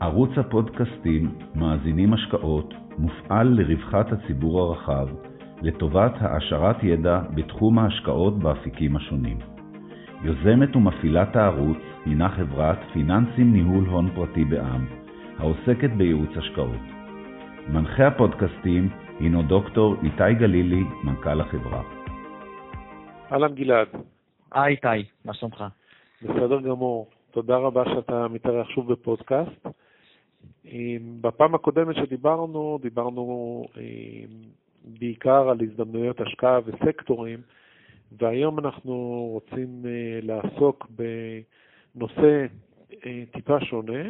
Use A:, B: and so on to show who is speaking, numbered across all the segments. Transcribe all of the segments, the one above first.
A: ערוץ הפודקאסטים מאזינים השקעות מופעל לרווחת הציבור הרחב, לטובת העשרת ידע בתחום ההשקעות באפיקים השונים. יוזמת ומפעילת הערוץ הינה חברת פיננסים ניהול הון פרטי בע"מ, העוסקת בייעוץ השקעות. מנחה הפודקאסטים הינו דוקטור איתי גלילי, מנכ"ל החברה.
B: אהלן גלעד.
C: איתי, מה שלומך?
B: בסדר גמור. תודה רבה שאתה מתארח שוב בפודקאסט. בפעם הקודמת שדיברנו, בעיקר על הזדמנויות השקעה וסקטורים, והיום אנחנו רוצים לעסוק בנושא טיפה שונה,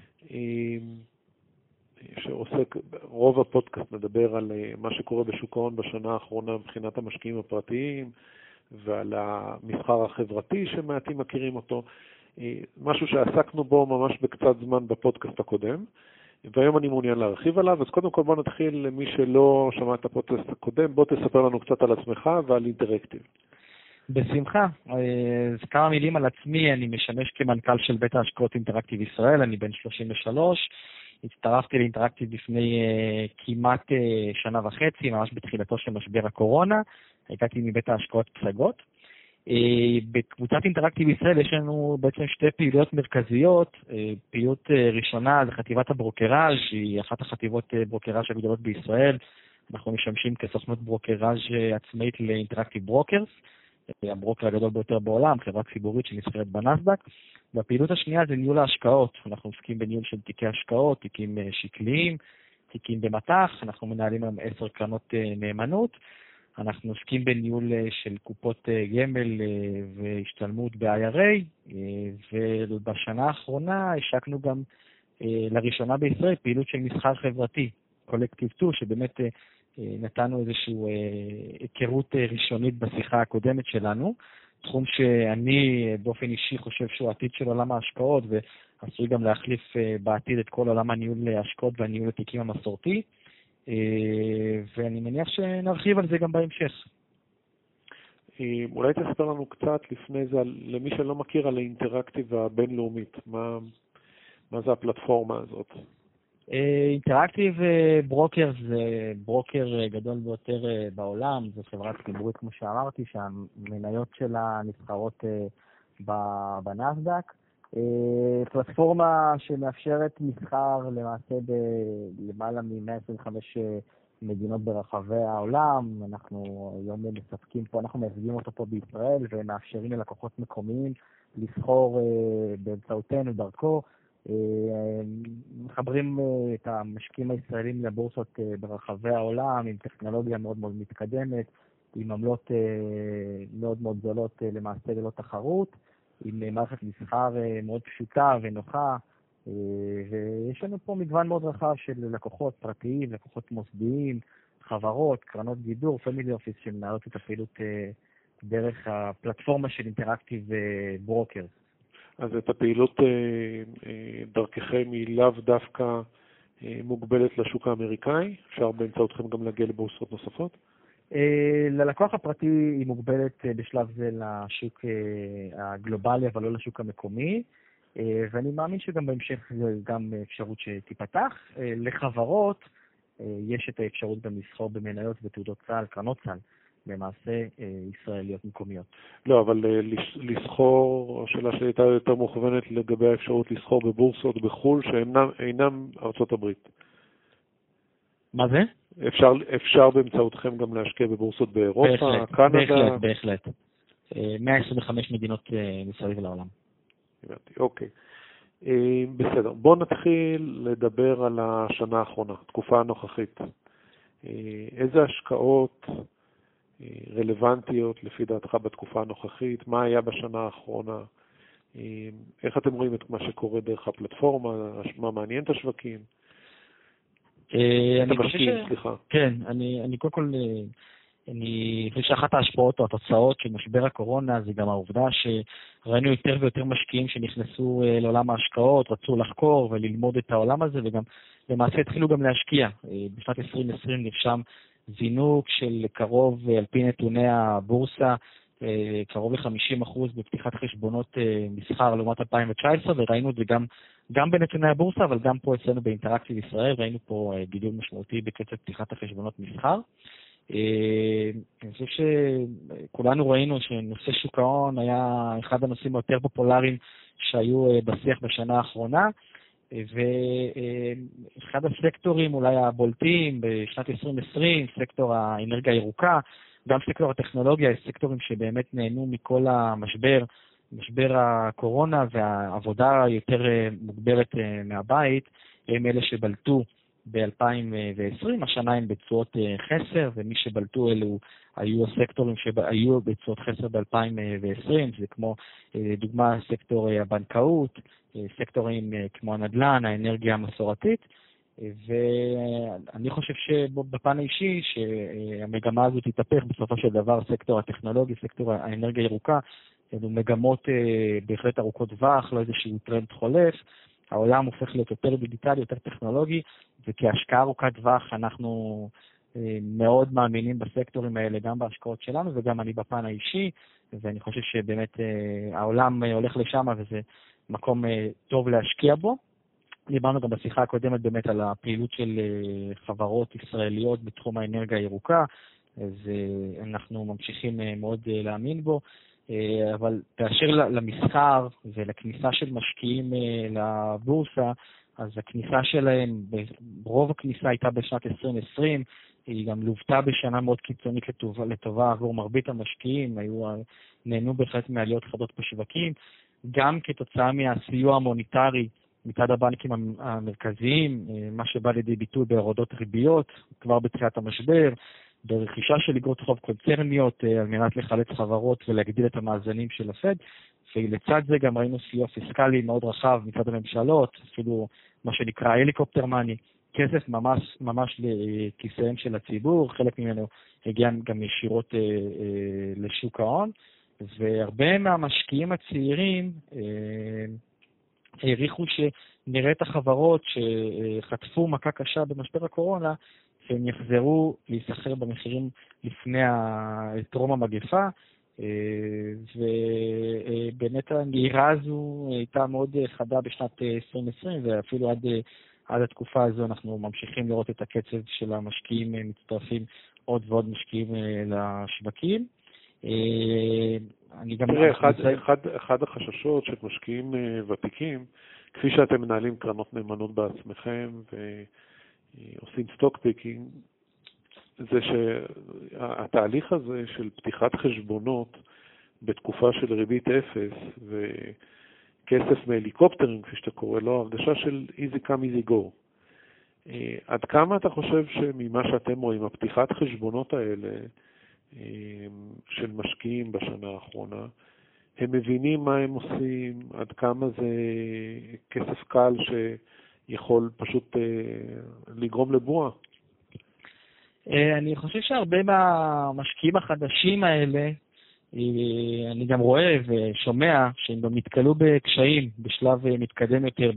B: שעוסק, רוב הפודקאסט מדבר על מה שקורה בשוק ההון בשנה האחרונה מבחינת המשקיעים הפרטיים, ועל המסחר החברתי שמעטים מכירים אותו, משהו שעסקנו בו ממש בקצת זמן בפודקאסט הקודם, והיום אני מעוניין להרחיב עליו. אז קודם כל בוא נתחיל, למי שלא שמע את הפודקאסט הקודם, בוא תספר לנו קצת על עצמך ועל אינטראקטיב.
C: בשמחה. אז כמה מילים על עצמי. אני משמש כמנכ"ל של בית ההשקעות אינטראקטיב ישראל, אני בן 33, הצטרפתי לאינטראקטיב לפני כמעט שנה וחצי, ממש בתחילתו של משבר הקורונה, הגעתי מבית ההשקעות פסגות. בקבוצת אינטראקטיב ישראל יש לנו בעצם שתי פעילויות מרכזיות. פעילות ראשונה זה חטיבת הברוקראז', היא אחת החטיבות ברוקראז' הגדולות בישראל. אנחנו משמשים כסוכנות ברוקראז' עצמאית לאינטראקטיב ברוקרס, הברוקר הגדול ביותר בעולם, חברה ציבורית שנסחרת בנסדק. והפעילות השנייה זה ניהול ההשקעות. אנחנו עוסקים בניהול של תיקי השקעות, תיקים שקליים, תיקים במטח. אנחנו מנהלים היום 10 קרנות נאמנות. אנחנו עוסקים בניהול של קופות גמל והשתלמות ב-IRA, ובשנה האחרונה השקנו גם לראשונה בישראל פעילות של מסחר חברתי, קולקטיב 2, שבאמת נתנו איזושהי היכרות ראשונית בשיחה הקודמת שלנו, תחום שאני באופן אישי חושב שהוא עתיד של עולם ההשקעות, ועשוי גם להחליף בעתיד את כל עולם הניהול ההשקעות והניהול התיקים המסורתי, ואני מניח שנרחיב על זה גם בהמשך.
B: אולי תספר לנו קצת לפני זה, למי שלא מכיר, על האינטראקטיב הבינלאומית. מה זה הפלטפורמה הזאת?
C: אינטראקטיב ברוקר זה ברוקר גדול ביותר בעולם, זו חברה ציבורית כמו שאמרתי, שהמניות שלה נסחרות בנסדק. פלטפורמה שמאפשרת מסחר למעשה למעלה מ-125 מדינות ברחבי העולם. אנחנו היום מספקים פה, אנחנו מייצגים אותו פה בישראל ומאפשרים ללקוחות מקומיים לסחור באמצעותנו דרכו. מחברים את המשקיעים הישראלים לבורסות ברחבי העולם עם טכנולוגיה מאוד מאוד מתקדמת, עם עמלות מאוד מאוד זולות למעשה ללא תחרות, עם מערכת מסחר מאוד פשוטה ונוחה, ויש לנו פה מגוון מאוד רחב של לקוחות פרטיים, לקוחות מוסדיים, חברות, קרנות גידור, פמילי אופיס שמנהלות את הפעילות דרך הפלטפורמה של אינטראקטיב ברוקר.
B: אז את הפעילות דרככם היא לאו דווקא מוגבלת לשוק האמריקאי? אפשר באמצעותכם גם להגיע לבורסות נוספות?
C: ללקוח הפרטי היא מוגבלת בשלב זה לשוק הגלובלי, אבל לא לשוק המקומי, ואני מאמין שגם בהמשך זה גם אפשרות שתיפתח. לחברות יש את האפשרות גם לסחור במניות ותעודות צה"ל, קרנות צה"ל, למעשה ישראליות מקומיות.
B: לא, אבל לסחור, השאלה שלי הייתה יותר מוכוונת לגבי האפשרות לסחור בבורסות בחו"ל שאינם ארצות הברית.
C: מה זה?
B: אפשר באמצעותכם גם להשקיע בבורסות באירופה, קנדה?
C: בהחלט. 125 מדינות מסביב לעולם.
B: אוקיי. בסדר. בוא נתחיל לדבר על השנה האחרונה, התקופה הנוכחית. איזה השקעות רלוונטיות לפי דעתך בתקופה הנוכחית? מה היה בשנה האחרונה? איך אתם רואים את מה שקורה דרך הפלטפורמה? מה מעניין את השווקים?
C: אני חושב כן, אני קודם כל, אני חושב שאחת ההשפעות או התוצאות של משבר הקורונה זה גם העובדה שראינו יותר ויותר משקיעים שנכנסו לעולם ההשקעות, רצו לחקור וללמוד את העולם הזה, וגם למעשה התחילו גם להשקיע. בשנת 2020 נרשם זינוק של קרוב, על פי נתוני הבורסה, קרוב ל-50% בפתיחת חשבונות מסחר לעומת 2019, וראינו את זה גם בנתוני הבורסה, אבל גם פה אצלנו באינטראקטיב ישראל, ראינו פה גידול משמעותי בקצב פתיחת החשבונות מסחר. אני חושב שכולנו ראינו שנושא שוק ההון היה אחד הנושאים היותר פופולריים שהיו בשיח בשנה האחרונה, ואחד הסקטורים אולי הבולטים בשנת 2020, סקטור האנרגיה הירוקה, גם סקטור הטכנולוגיה, סקטורים שבאמת נהנו מכל משבר הקורונה והעבודה יותר מוגברת מהבית, הם אלה שבלטו ב-2020, השנה הם בתשואות חסר, ומי שבלטו אלו היו הסקטורים שהיו בתשואות חסר ב-2020, זה כמו דוגמה סקטור הבנקאות, סקטורים כמו הנדל"ן, האנרגיה המסורתית, ואני חושב שבפן האישי שהמגמה הזאת תתהפך בסופו של דבר, סקטור הטכנולוגי, סקטור האנרגיה הירוקה, אלו מגמות בהחלט ארוכות טווח, לא איזשהו טרנד חולף, העולם הופך להיות יותר דיגיטלי, יותר טכנולוגי, וכהשקעה ארוכת טווח אנחנו מאוד מאמינים בסקטורים האלה, גם בהשקעות שלנו וגם אני בפן האישי, ואני חושב שבאמת העולם הולך לשם וזה מקום טוב להשקיע בו. דיברנו גם בשיחה הקודמת באמת על הפעילות של חברות ישראליות בתחום האנרגיה הירוקה, אז אנחנו ממשיכים מאוד להאמין בו, אבל באשר למסחר ולכניסה של משקיעים לבורסה, אז הכניסה שלהם, רוב הכניסה הייתה בשנת 2020, היא גם לוותה בשנה מאוד קיצונית לטובה עבור מרבית המשקיעים, נהנו בהחלט מעליות חדות בשווקים, גם כתוצאה מהסיוע המוניטרי מצד הבנקים המרכזיים, מה שבא לידי ביטוי בהורדות ריביות כבר בתחילת המשבר, ברכישה של אגרות חוב קונצרניות על מנת לחלץ חברות ולהגדיל את המאזנים של הפד, ולצד זה גם ראינו סיוע פיסקלי מאוד רחב מצד הממשלות, אפילו מה שנקרא הליקופטר מאני, כסף ממש לכיסיהם של הציבור, חלק ממנו הגיע גם ישירות לשוק ההון, והרבה מהמשקיעים הצעירים העריכו שנראה את החברות שחטפו מכה קשה במשבר הקורונה, שהם יחזרו להיסחר במחירים לפני טרום המגפה, ובאמת הנהירה הזו הייתה מאוד חדה בשנת 2020, ואפילו עד התקופה הזו אנחנו ממשיכים לראות את הקצב של המשקיעים מצטרפים עוד ועוד משקיעים לשווקים.
B: תראה, אחד החששות של משקיעים ותיקים, כפי שאתם מנהלים קרנות נאמנות בעצמכם ועושים סטוק פיקינג, זה שהתהליך הזה של פתיחת חשבונות בתקופה של ריבית אפס וכסף מהליקופטרים, כפי שאתה קורא לו, הרגשה של easy come easy go. עד כמה אתה חושב שממה שאתם רואים, הפתיחת חשבונות האלה של משקיעים בשנה האחרונה, הם מבינים מה הם עושים, עד כמה זה כסף קל שיכול פשוט לגרום לבועה?
C: אני חושב שהרבה מהמשקיעים החדשים האלה, אני גם רואה ושומע שהם גם נתקלו בקשיים בשלב מתקדם יותר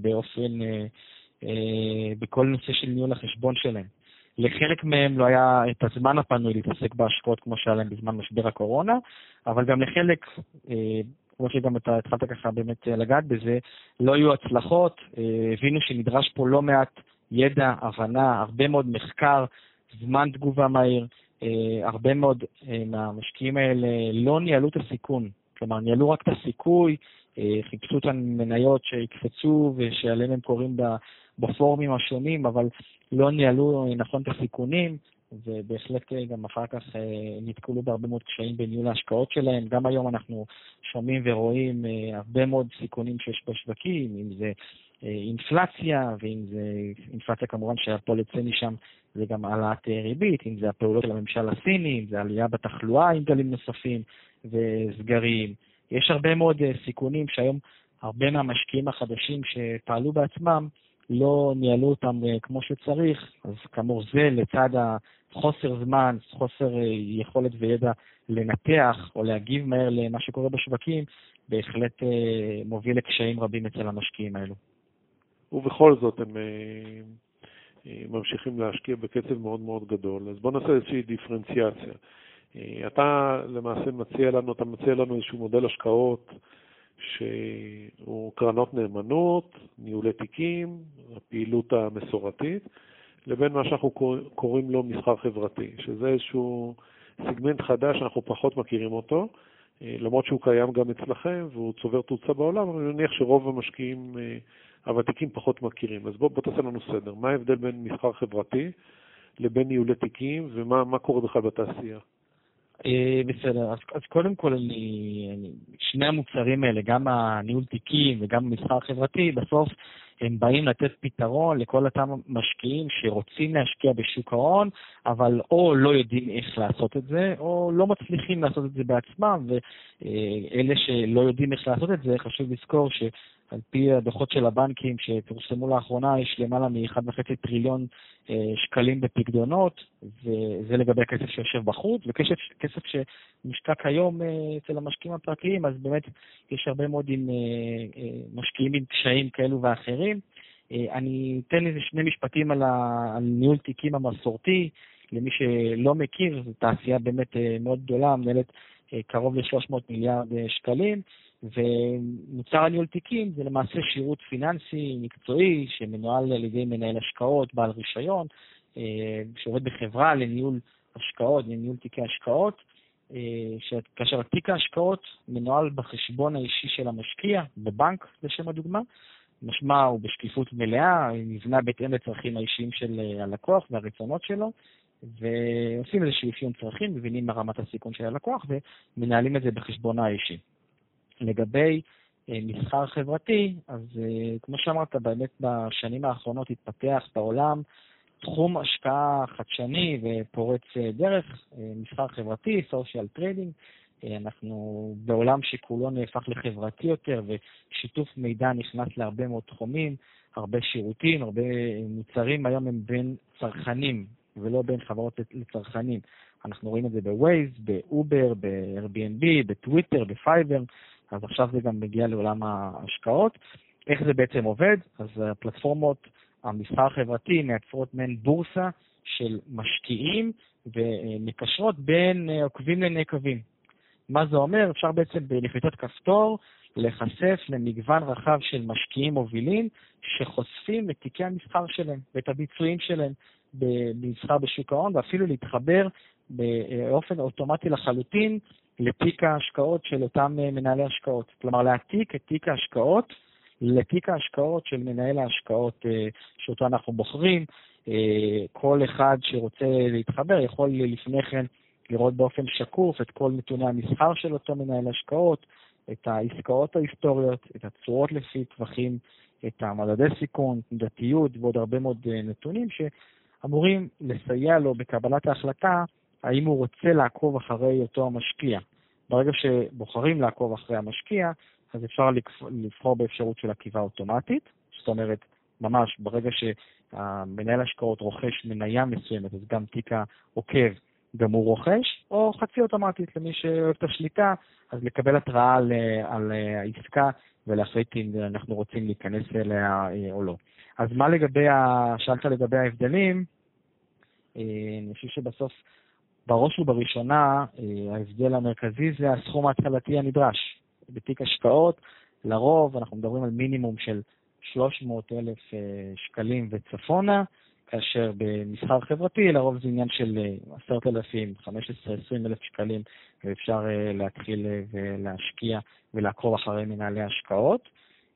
C: בכל נושא של ניהול החשבון שלהם. לחלק מהם לא היה את הזמן הפנוי להתעסק בהשקעות כמו שהיה להם בזמן משבר הקורונה, אבל גם לחלק, כמו שגם אתה התחלת ככה באמת לגעת בזה, לא היו הצלחות, הבינו שנדרש פה לא מעט ידע, הבנה, הרבה מאוד מחקר, זמן תגובה מהיר, הרבה מאוד מהמשקיעים האלה לא ניהלו את הסיכון, כלומר ניהלו רק את הסיכוי, חיפשו את המניות שיקפצו ושעליהם הם קוראים בפורמים השונים, אבל לא ניהלו נכון את הסיכונים, ובהחלט גם אחר כך נתקלו בהרבה מאוד קשיים בניהול ההשקעות שלהם. גם היום אנחנו שומעים ורואים הרבה מאוד סיכונים שיש בשווקים, אם זה אינפלציה, ואם זה אינפלציה כמובן שהפועל יוצא משם, זה גם העלאת ריבית, אם זה הפעולות של הממשל הסיני, אם זה עלייה בתחלואה עם גלים נוספים וסגרים. יש הרבה מאוד סיכונים שהיום הרבה מהמשקיעים החדשים שפעלו בעצמם לא ניהלו אותם כמו שצריך, אז כאמור זה לצד החוסר זמן, חוסר יכולת וידע לנתח או להגיב מהר למה שקורה בשווקים, בהחלט מוביל לקשיים רבים אצל המשקיעים האלו.
B: ובכל זאת הם ממשיכים להשקיע בקצב מאוד מאוד גדול. אז בוא נעשה איזושהי דיפרנציאציה. אתה למעשה אתה מציע לנו איזשהו מודל השקעות שהוא קרנות נאמנות, ניהולי תיקים, הפעילות המסורתית, לבין מה שאנחנו קוראים לו מסחר חברתי, שזה איזשהו סגמנט חדש שאנחנו פחות מכירים אותו, למרות שהוא קיים גם אצלכם והוא צובר תאוצה בעולם, אבל אני מניח שרוב המשקיעים הוותיקים פחות מכירים. אז בוא תעשה לנו סדר. מה ההבדל בין מסחר חברתי לבין ניהולי תיקים, ומה קורה בכלל בתעשייה?
C: בסדר, אז קודם כל שני המוצרים האלה, גם הניהול תיקים וגם המסחר חברתי, בסוף הם באים לתת פתרון לכל אותם משקיעים שרוצים להשקיע בשוק ההון, אבל או לא יודעים איך לעשות את זה, או לא מצליחים לעשות את זה בעצמם, ואלה שלא יודעים איך לעשות את זה, חשוב לזכור שעל פי הדוחות של הבנקים שפורסמו לאחרונה, יש למעלה מ1.5 טריליון שקלים בפקדונות, וזה לגבי הכסף שיושב בחוץ, וכסף שמשתק היום אצל המשקיעים הפרטיים, אז באמת יש הרבה מאוד משקיעים עם קשיים כאלו ואחרים. אני אתן איזה שני משפטים על ניהול תיקים המסורתי, למי שלא מכיר, זו תעשייה באמת מאוד גדולה, מנהלת קרוב ל-300 מיליארד שקלים, ומוצר הניהול תיקים זה למעשה שירות פיננסי מקצועי שמנוהל על ידי מנהל השקעות, בעל רישיון, שעובד בחברה לניהול השקעות, לניהול תיקי השקעות, כאשר תיק ההשקעות מנוהל בחשבון האישי של המשקיע, בבנק לשם הדוגמה, משמע הוא בשקיפות מלאה, נבנה בהתאם לצרכים האישיים של הלקוח והרצונות שלו, ועושים איזשהו אפיון צרכים, מבינים מה רמת הסיכון של הלקוח ומנהלים את זה בחשבון האישי. לגבי מסחר חברתי, אז כמו שאמרת, באמת בשנים האחרונות התפתח בעולם תחום השקעה חדשני ופורץ דרך, מסחר חברתי, סושיאל טריידינג. אנחנו בעולם שכולו נהפך לחברתי יותר, ושיתוף מידע נכנס להרבה מאוד תחומים, הרבה שירותים, הרבה מוצרים היום הם בין צרכנים ולא בין חברות לצרכנים. אנחנו רואים את זה בווייז, באובר, ב-Airbnb, בטוויטר, בפייבר, אז עכשיו זה גם מגיע לעולם ההשקעות. איך זה בעצם עובד? אז הפלטפורמות, המסחר החברתי, מייצרות מעין בורסה של משקיעים ומקשרות בין עוקבים לנעקבים. מה זה אומר? אפשר בעצם בלחיצת כפתור לחשף למגוון רחב של משקיעים מובילים שחושפים את תיקי המסחר שלהם ואת הביצועים שלהם במסחר בשוק ההון, ואפילו להתחבר באופן אוטומטי לחלוטין לתיק ההשקעות של אותם מנהלי השקעות. כלומר, להעתיק את תיק ההשקעות לתיק ההשקעות של מנהל ההשקעות שאותו אנחנו בוחרים. כל אחד שרוצה להתחבר יכול לפני כן לראות באופן שקוף את כל נתוני המסחר של אותו מנהל השקעות, את העסקאות ההיסטוריות, את הצורות לפי טווחים, את המדדי סיכון, תנודתיות ועוד הרבה מאוד נתונים שאמורים לסייע לו בקבלת ההחלטה האם הוא רוצה לעקוב אחרי אותו המשקיע. ברגע שבוחרים לעקוב אחרי המשקיע, אז אפשר לבחור באפשרות של עקיבה אוטומטית, זאת אומרת, ממש ברגע שהמנהל השקעות רוכש מניה מסוימת, אז גם תיק העוקב גם הוא רוכש, או חצי אוטומטית למי שאוהב את השליטה, אז לקבל התראה על העסקה ולהחליט אם אנחנו רוצים להיכנס אליה או לא. אז מה שאלת לגבי ההבדלים, אני חושב שבסוף, בראש ובראשונה, ההבדל המרכזי זה הסכום ההתחלתי הנדרש. בתיק השקעות, לרוב אנחנו מדברים על מינימום של 300,000 שקלים וצפונה, כאשר במסחר חברתי לרוב זה עניין של 10,000, 15, 20,000 שקלים, ואפשר להתחיל ולהשקיע ולעקוב אחרי מנהלי השקעות.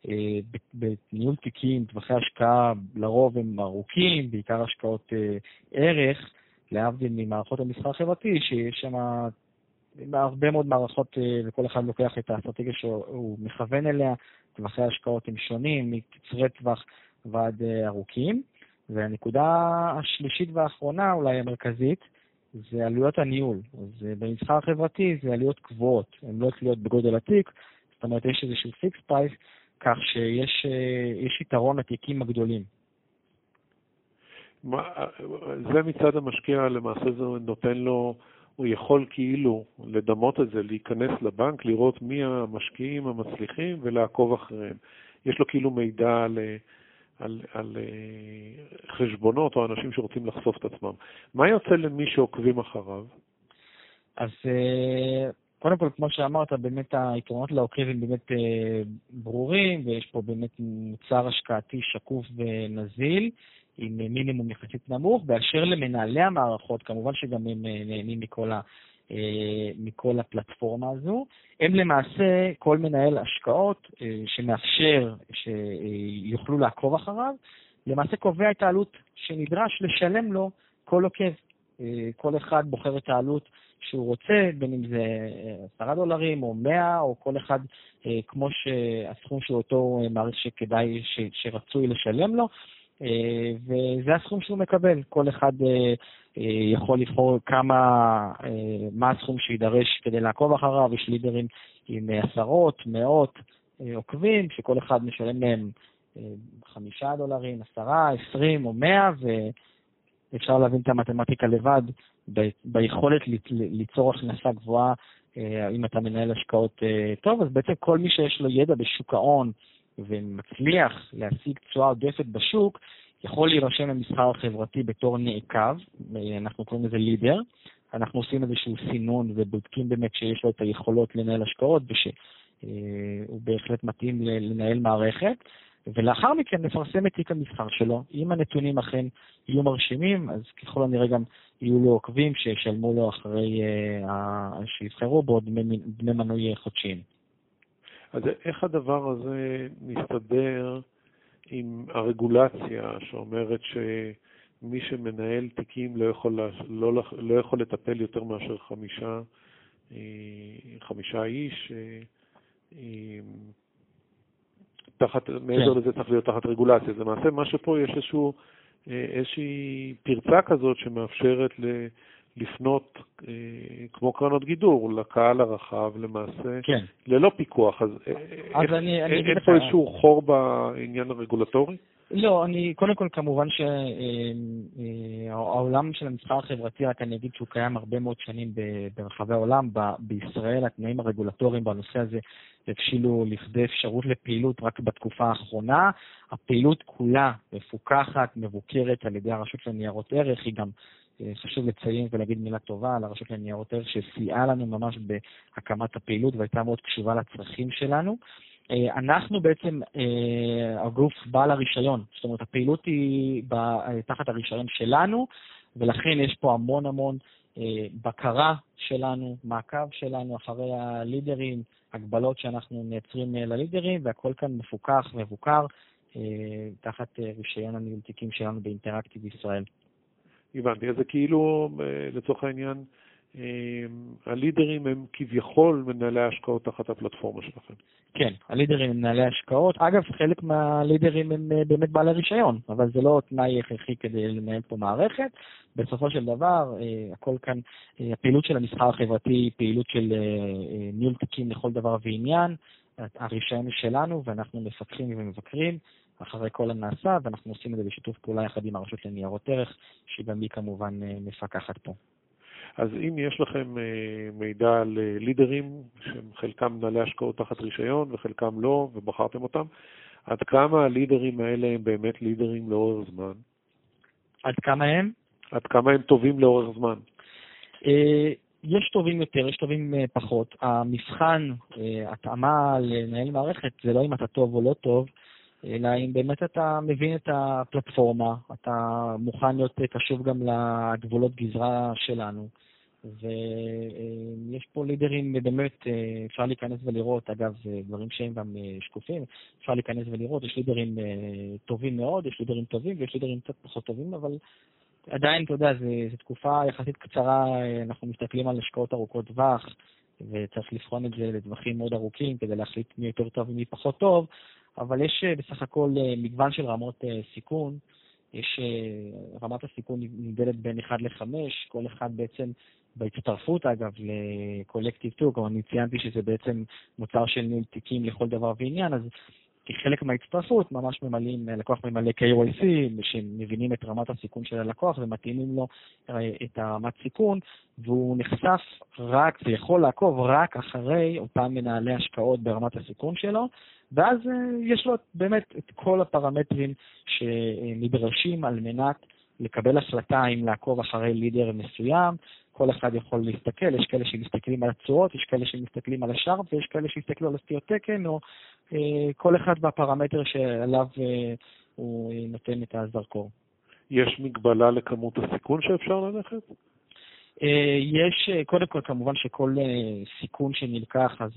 C: בניהול תיקים, טווחי השקעה לרוב הם ארוכים, בעיקר השקעות ערך, להבדיל ממערכות המסחר חברתי, שיש שם הרבה מאוד מערכות וכל אחד לוקח את האסטרטגיה שהוא מכוון אליה, טווחי השקעות הם שונים, מקצרי טווח ועד ארוכים. והנקודה השלישית והאחרונה, אולי המרכזית, זה עלויות הניהול. אז במסחר חברתי זה עלויות קבועות, הן לא תלויות בגודל התיק, זאת אומרת יש איזשהו פיקס פרייס, כך שיש יתרון לתיקים הגדולים.
B: זה מצד המשקיע, למעשה זה נותן לו, הוא יכול כאילו לדמות את זה, להיכנס לבנק, לראות מי המשקיעים המצליחים ולעקוב אחריהם. יש לו כאילו מידע על חשבונות או אנשים שרוצים לחשוף את עצמם. מה יוצא למי שעוקבים אחריו?
C: אז קודם כל, כמו שאמרת, באמת היתרונות לעוקב הם באמת ברורים, ויש פה באמת מוצר השקעתי שקוף ונזיל, עם מינימום יחסית נמוך. באשר למנהלי המערכות, כמובן שגם הם נהנים מכל הפלטפורמה הזו. הם למעשה כל מנהל השקעות שמאפשר שיוכלו לעקוב אחריו, למעשה קובע את העלות שנדרש לשלם לו כל עוקב. כל אחד בוחר את העלות שהוא רוצה, בין אם זה $10 או 100, או כל אחד כמו שהסכום שהוא אותו מעריך שכדאי, שרצוי לשלם לו, וזה הסכום שהוא מקבל. כל אחד יכול לבחור מה הסכום שידרש כדי לעקוב אחריו. יש לידרים עם עשרות, מאות עוקבים, שכל אחד משלם להם $5, 10, 20 או 100, ואפשר להבין את המתמטיקה לבד ביכולת ליצור הכנסה גבוהה אם אתה מנהל השקעות טוב. אז בעצם כל מי שיש לו ידע בשוק ההון ומצליח להשיג תשואה עודפת בשוק, יכול להירשם למסחר החברתי בתור נעקב, אנחנו קוראים לזה לידר. אנחנו עושים איזשהו סינון ובודקים באמת שיש לו את היכולות לנהל השקעות ושהוא בהחלט מתאים לנהל מערכת, ולאחר מכן נפרסם את תיק המסחר שלו. אם הנתונים אכן יהיו מרשימים, אז ככל הנראה גם יהיו לו עוקבים שישלמו לו אחרי שיבחרו בו דמי מנוי חודשיים.
B: אז איך הדבר הזה מסתדר עם הרגולציה שאומרת שמי שמנהל תיקים לא יכול לטפל יותר מאשר 5 איש, מעבר לזה צריך להיות תחת רגולציה. זה למעשה מה שפה יש איזושהי פרצה כזאת שמאפשרת לפנות כמו קרנות גידור לקהל הרחב למעשה, כן. ללא פיקוח. אז אין פה איזשהו חור בעניין הרגולטורי?
C: לא, קודם כל כמובן שהעולם של המסחר החברתי, רק אני אגיד שהוא קיים הרבה מאוד שנים ברחבי העולם. בישראל התנאים הרגולטוריים בנושא הזה הבשילו לכדי אפשרות לפעילות רק בתקופה האחרונה. הפעילות כולה מפוקחת, מבוקרת על ידי הרשות לניירות ערך. היא גם חשוב לציין ולהגיד מילה טובה על הרשות לניירות ערך שסייעה לנו ממש בהקמת הפעילות והייתה מאוד קשובה לצרכים שלנו. אנחנו בעצם הגוף בעל הרישיון, זאת אומרת הפעילות היא תחת הרישיון שלנו, ולכן יש פה המון בקרה שלנו, מעקב שלנו אחרי הלידרים, הגבלות שאנחנו מייצרים ללידרים, והכל כאן מפוקח, מבוקר, תחת רישיון הניהול תיקים שלנו באינטראקטיב ישראל.
B: הבנתי, אז זה כאילו לצורך העניין, הלידרים הם כביכול מנהלי ההשקעות תחת הפלטפורמה שלכם.
C: כן, הלידרים הם מנהלי ההשקעות. אגב, חלק מהלידרים הם באמת בעלי רישיון, אבל זה לא תנאי הכרחי כדי לנהל פה מערכת. בסופו של דבר, הכל כאן, הפעילות של המסחר החברתי היא פעילות של ניהול תיקים לכל דבר ועניין. הרישיון שלנו, ואנחנו מפקחים ומבקרים אחרי כל הנעשה, ואנחנו עושים את זה בשיתוף פעולה יחד עם הרשות לניירות ערך, שגם היא כמובן מפקחת פה.
B: אז אם יש לכם מידע על לידרים, שחלקם מנהלי השקעות תחת רישיון וחלקם לא, ובחרתם אותם, עד כמה הלידרים האלה הם באמת לידרים לאורך זמן?
C: עד כמה הם?
B: עד כמה הם טובים לאורך זמן?
C: יש טובים יותר, יש טובים פחות. המבחן, התאמה לנהל מערכת, זה לא אם אתה טוב או לא טוב, אלא אם באמת אתה מבין את הפלטפורמה, אתה מוכן להיות קשוב גם לגבולות גזרה שלנו. ויש פה לידרים באמת, אפשר להיכנס ולראות, אגב, דברים שהם גם שקופים, אפשר להיכנס ולראות, יש לידרים טובים מאוד, יש לידרים טובים ויש לידרים קצת פחות טובים, אבל עדיין, אתה יודע, זו תקופה יחסית קצרה, אנחנו מסתכלים על השקעות ארוכות טווח, וצריך לבחון את זה לטווחים מאוד ארוכים כדי להחליט מי יותר טוב ומי פחות טוב, אבל יש בסך הכל מגוון של רמות סיכון. יש רמת הסיכון נמדדת בין 1 ל-5, כל אחד בעצם בהצטרפות אגב לקולקטיב 2, כלומר אני ציינתי שזה בעצם מוצר של ניהול תיקים לכל דבר ועניין, אז כחלק מההצטרפות ממש לקוח ממלא KYC, שמבינים את רמת הסיכון של הלקוח ומתאימים לו את הרמת סיכון, והוא נחשף רק, ויכול לעקוב רק אחרי אותם מנהלי השקעות ברמת הסיכון שלו, ואז יש לו באמת את כל הפרמטרים שנדרשים על מנת לקבל החלטה אם לעקוב אחרי לידר מסוים. כל אחד יכול להסתכל, יש כאלה שמסתכלים על הצורות, יש כאלה שמסתכלים על השארפ, ויש כאלה שמסתכלו על הסטיות תקן, או כל אחד בפרמטר שעליו הוא נותן את הזרקור.
B: יש מגבלה לכמות הסיכון שאפשר ללכת?
C: יש, קודם כל כמובן שכל סיכון שנלקח, אז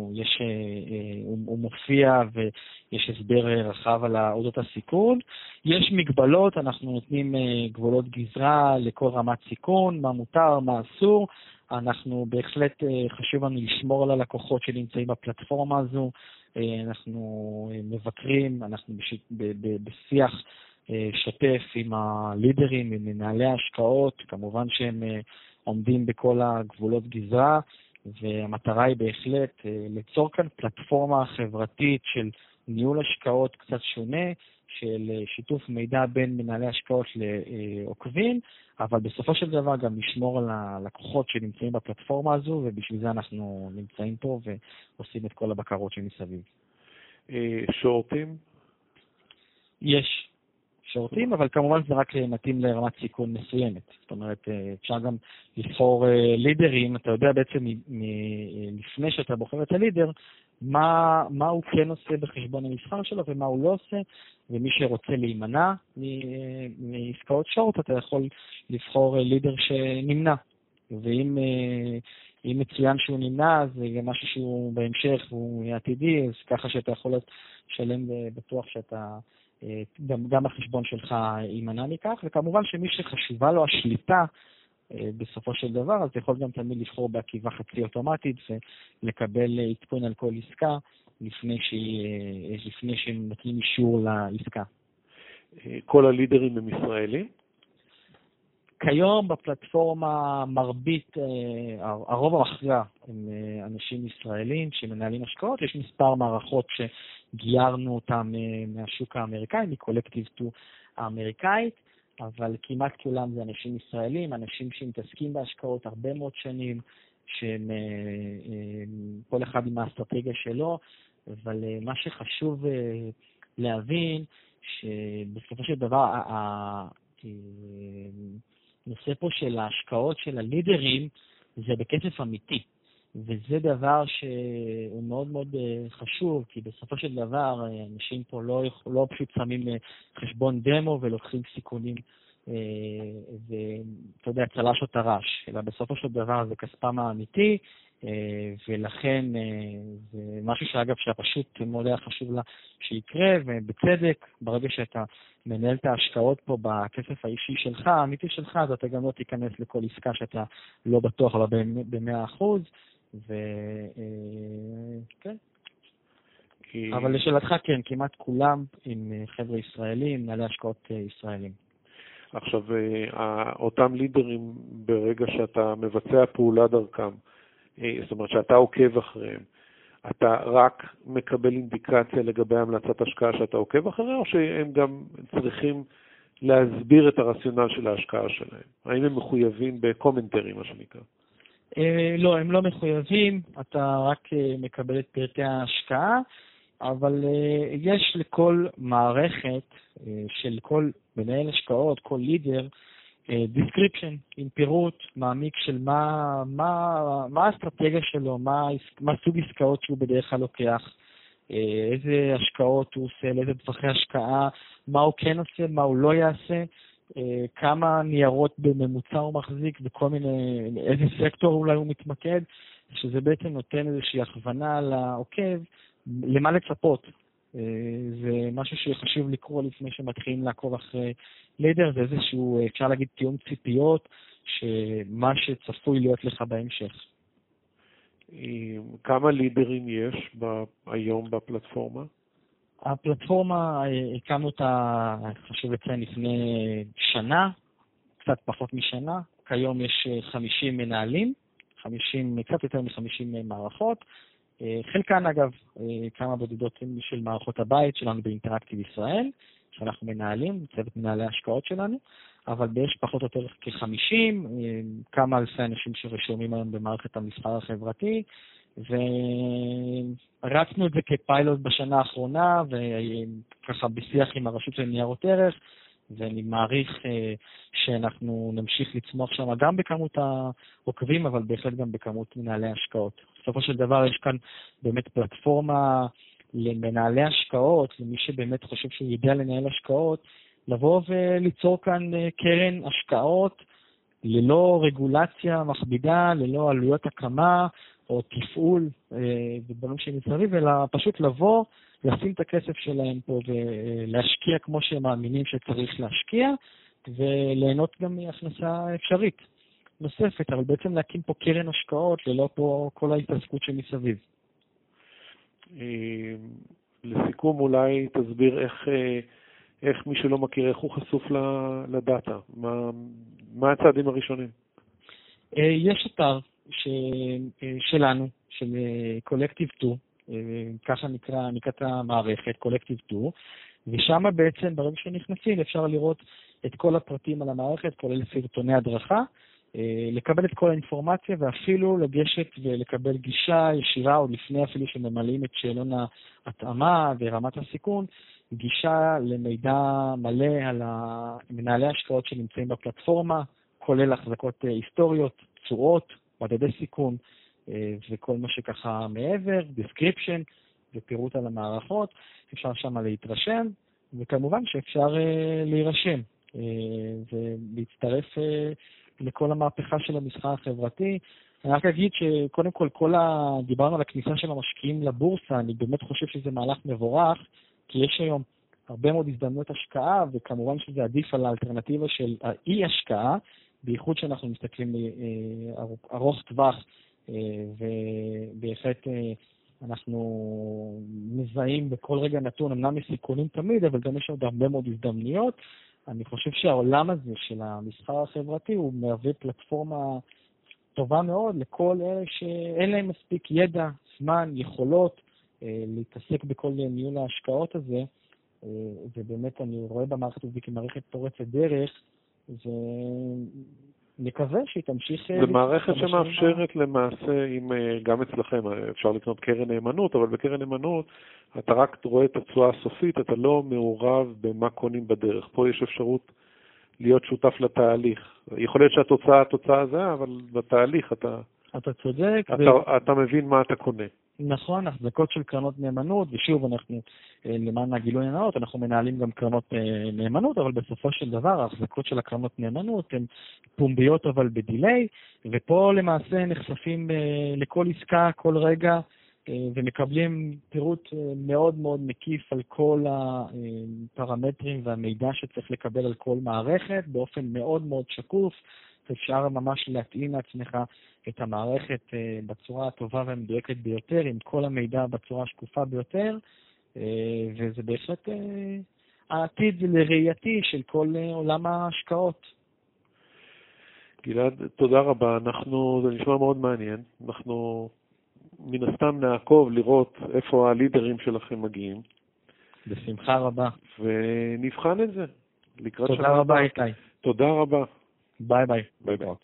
C: הוא מופיע ויש הסבר רחב על אודות הסיכון. יש מגבלות, אנחנו נותנים גבולות גזרה לכל רמת סיכון, מה מותר, מה אסור. אנחנו בהחלט חשוב לנו לשמור על הלקוחות שנמצאים בפלטפורמה הזו. אנחנו מבקרים, אנחנו בשיח שוטף עם הלידרים, עם מנהלי ההשקעות, כמובן שהם עומדים בכל הגבולות גזרה, והמטרה היא בהחלט ליצור כאן פלטפורמה חברתית של ניהול השקעות קצת שונה, של שיתוף מידע בין מנהלי השקעות לעוקבים, אבל בסופו של דבר גם לשמור על הלקוחות שנמצאים בפלטפורמה הזו, ובשביל זה אנחנו נמצאים פה ועושים את כל הבקרות שמסביב.
B: שורטים?
C: יש שורטים, אבל כמובן זה רק מתאים לרמת סיכון מסוימת. זאת אומרת, אפשר גם לבחור לידרים, אתה יודע בעצם לפני שאתה בוחר את הלידר, מה הוא כן עושה בחשבון המסחר שלו ומה הוא לא עושה, ומי שרוצה להימנע מעסקאות שורט, אתה יכול לבחור לידר שנמנע. ואם מצוין שהוא נמנע, זה משהו שהוא בהמשך והוא עתידי, אז ככה שאתה יכול לשלם בטוח שאתה גם החשבון שלך יימנע מכך, וכמובן שמי שחשובה לו השליטה בסופו של דבר, אז יכול גם תמיד לבחור בעקיבה חצי אוטומטית ולקבל עדכון על כל עסקה לפני שהם נותנים אישור לעסקה.
B: כל הלידרים הם ישראלים?
C: כיום בפלטפורמה מרבית, הרוב המכריע הם אנשים ישראלים שמנהלים השקעות, יש מספר מערכות שגיירנו אותם מהשוק האמריקאי, מקולקטיב טו האמריקאית, אבל כמעט כולם זה אנשים ישראלים, אנשים שמתעסקים בהשקעות הרבה מאוד שנים, שהם כל אחד עם האסטרטגיה שלו, אבל מה שחשוב להבין, שבסופו של דבר, נושא פה של ההשקעות של הלידרים זה בכסף אמיתי, וזה דבר שהוא מאוד מאוד חשוב, כי בסופו של דבר אנשים פה לא פשוט שמים חשבון דמו ולוקחים סיכונים ואתה יודע, צלש או טרש, אלא בסופו של דבר זה כספם האמיתי, ולכן זה משהו שאגב שהפשוט מאוד היה חשוב לה שיקרה, ובצדק ברגע שאתה מנהל את ההשקעות פה בכסף האישי שלך, האמיתי שלך, אז אתה גם לא תיכנס לכל עסקה שאתה לא בטוח בה ב-100%, כן. אבל לשאלתך כן, כמעט כולם עם חבר'ה ישראלים, מנהלי השקעות ישראלים.
B: עכשיו, אותם לידרים ברגע שאתה מבצע פעולה דרכם, זאת אומרת שאתה עוקב אחריהם, אתה רק מקבל אינדיקציה לגבי המלצת השקעה שאתה עוקב אחריה, או שהם גם צריכים להסביר את הרציונל של ההשקעה שלהם? האם הם מחויבים בקומנטרי, מה שנקרא?
C: לא, הם לא מחויבים, אתה רק מקבל את פרטי ההשקעה, אבל יש לכל מערכת של כל מנהל השקעות, כל לידר, description, עם פירוט מעמיק של מה האסטרטגיה שלו, מה סוג עסקאות שהוא בדרך כלל לוקח, איזה השקעות הוא עושה, לאיזה טווחי השקעה, מה הוא כן עושה, מה הוא לא יעשה, כמה ניירות בממוצע הוא מחזיק, וכל מיני, איזה סקטור אולי הוא מתמקד, שזה בעצם נותן איזושהי הכוונה לעוקב, למה לצפות. זה משהו שחשוב לקרוא לפני שמתחילים לעקוב אחרי לידר, זה איזשהו, אפשר להגיד, תיאום ציפיות, שמה שצפוי להיות לך בהמשך.
B: כמה לידרים יש היום בפלטפורמה?
C: הפלטפורמה, הקמנו אותה, חשוב לציין, לפני שנה, קצת פחות משנה. כיום יש 50 מנהלים, קצת יותר מ-50 מערכות. חלקן, אגב, כמה בודדות של מערכות הבית שלנו באינטראקטיב ישראל, שאנחנו מנהלים, צוות מנהלי ההשקעות שלנו, אבל יש פחות או יותר כ-50, כמה אלפי אנשים שרשומים היום במערכת המסחר החברתי, ורצנו את זה כפיילוט בשנה האחרונה, וככה בשיח עם הרשות של ניירות ערך, ואני מעריך שאנחנו נמשיך לצמוח שם גם בכמות העוקבים, אבל בהחלט גם בכמות מנהלי השקעות. בסופו של דבר יש כאן באמת פלטפורמה למנהלי השקעות, למי שבאמת חושב שהוא יודע לנהל השקעות, לבוא וליצור כאן קרן השקעות ללא רגולציה מכבידה, ללא עלויות הקמה או תפעול ודברים שמסביב, אלא פשוט לבוא, לשים את הכסף שלהם פה ולהשקיע כמו שהם מאמינים שצריך להשקיע, וליהנות גם מהכנסה אפשרית נוספת, אבל בעצם להקים פה קרן השקעות ללא פה כל ההתעסקות שמסביב.
B: לסיכום אולי תסביר איך מי שלא מכיר, איך הוא חשוף לדאטה, מה הצעדים הראשונים?
C: יש אתר שלנו, של Collective 2, ככה נקראת המערכת, Collective 2, ושם בעצם ברגע שנכנסים אפשר לראות את כל הפרטים על המערכת, כולל סרטוני הדרכה, לקבל את כל האינפורמציה ואפילו לגשת ולקבל גישה ישירה עוד לפני אפילו שממלאים את שאלון ההתאמה ורמת הסיכון, גישה למידע מלא על מנהלי השקעות שנמצאים בפלטפורמה, כולל החזקות היסטוריות, צורות, מדדי סיכון וכל מה שככה מעבר, description ופירוט על המערכות, אפשר שם להתרשם, וכמובן שאפשר להירשם ולהצטרף לכל המהפכה של המסחר החברתי. אני רק אגיד שקודם כל, דיברנו על הכניסה של המשקיעים לבורסה, אני באמת חושב שזה מהלך מבורך, כי יש היום הרבה מאוד הזדמנויות השקעה, וכמובן שזה עדיף על האלטרנטיבה של האי-השקעה, בייחוד שאנחנו מסתכלים ארוך טווח, ובהחלט אנחנו מזהים בכל רגע נתון, אמנם מסיכונים תמיד, אבל גם יש עוד הרבה מאוד הזדמנויות. אני חושב שהעולם הזה של המסחר החברתי הוא מהווה פלטפורמה טובה מאוד לכל אלה שאין להם מספיק ידע, זמן, יכולות להתעסק בכל ניהול ההשקעות הזה, ובאמת אני רואה במערכת הזאת כמערכת פורצת דרך, ונקווה שהיא תמשיך...
B: זה מערכת שמאפשרת למעשה, גם אצלכם אפשר לקנות קרן נאמנות, אבל בקרן נאמנות אתה רק רואה את התשואה הסופית, אתה לא מעורב במה קונים בדרך. פה יש אפשרות להיות שותף לתהליך. יכול להיות שהתוצאה זה, אבל בתהליך
C: אתה צודק.
B: אתה מבין מה אתה קונה.
C: נכון, החזקות של קרנות נאמנות, ושוב אנחנו, למען הגילוי הנאות, אנחנו מנהלים גם קרנות נאמנות, אבל בסופו של דבר ההחזקות של הקרנות נאמנות הן פומביות אבל בדיליי, ופה למעשה נחשפים לכל עסקה, כל רגע, ומקבלים פירוט מאוד מאוד מקיף על כל הפרמטרים והמידע שצריך לקבל על כל מערכת, באופן מאוד מאוד שקוף, אפשר ממש להתאים לעצמך את המערכת בצורה הטובה והמדויקת ביותר, עם כל המידע בצורה השקופה ביותר, וזה בהחלט העתיד לראייתי של כל עולם ההשקעות.
B: גלעד, תודה רבה. זה נשמע מאוד מעניין. אנחנו מן הסתם נעקוב לראות איפה הלידרים שלכם מגיעים.
C: בשמחה רבה.
B: ונבחן את זה.
C: תודה רבה איתי.
B: תודה רבה.
C: ביי ביי.
B: ביי ביי.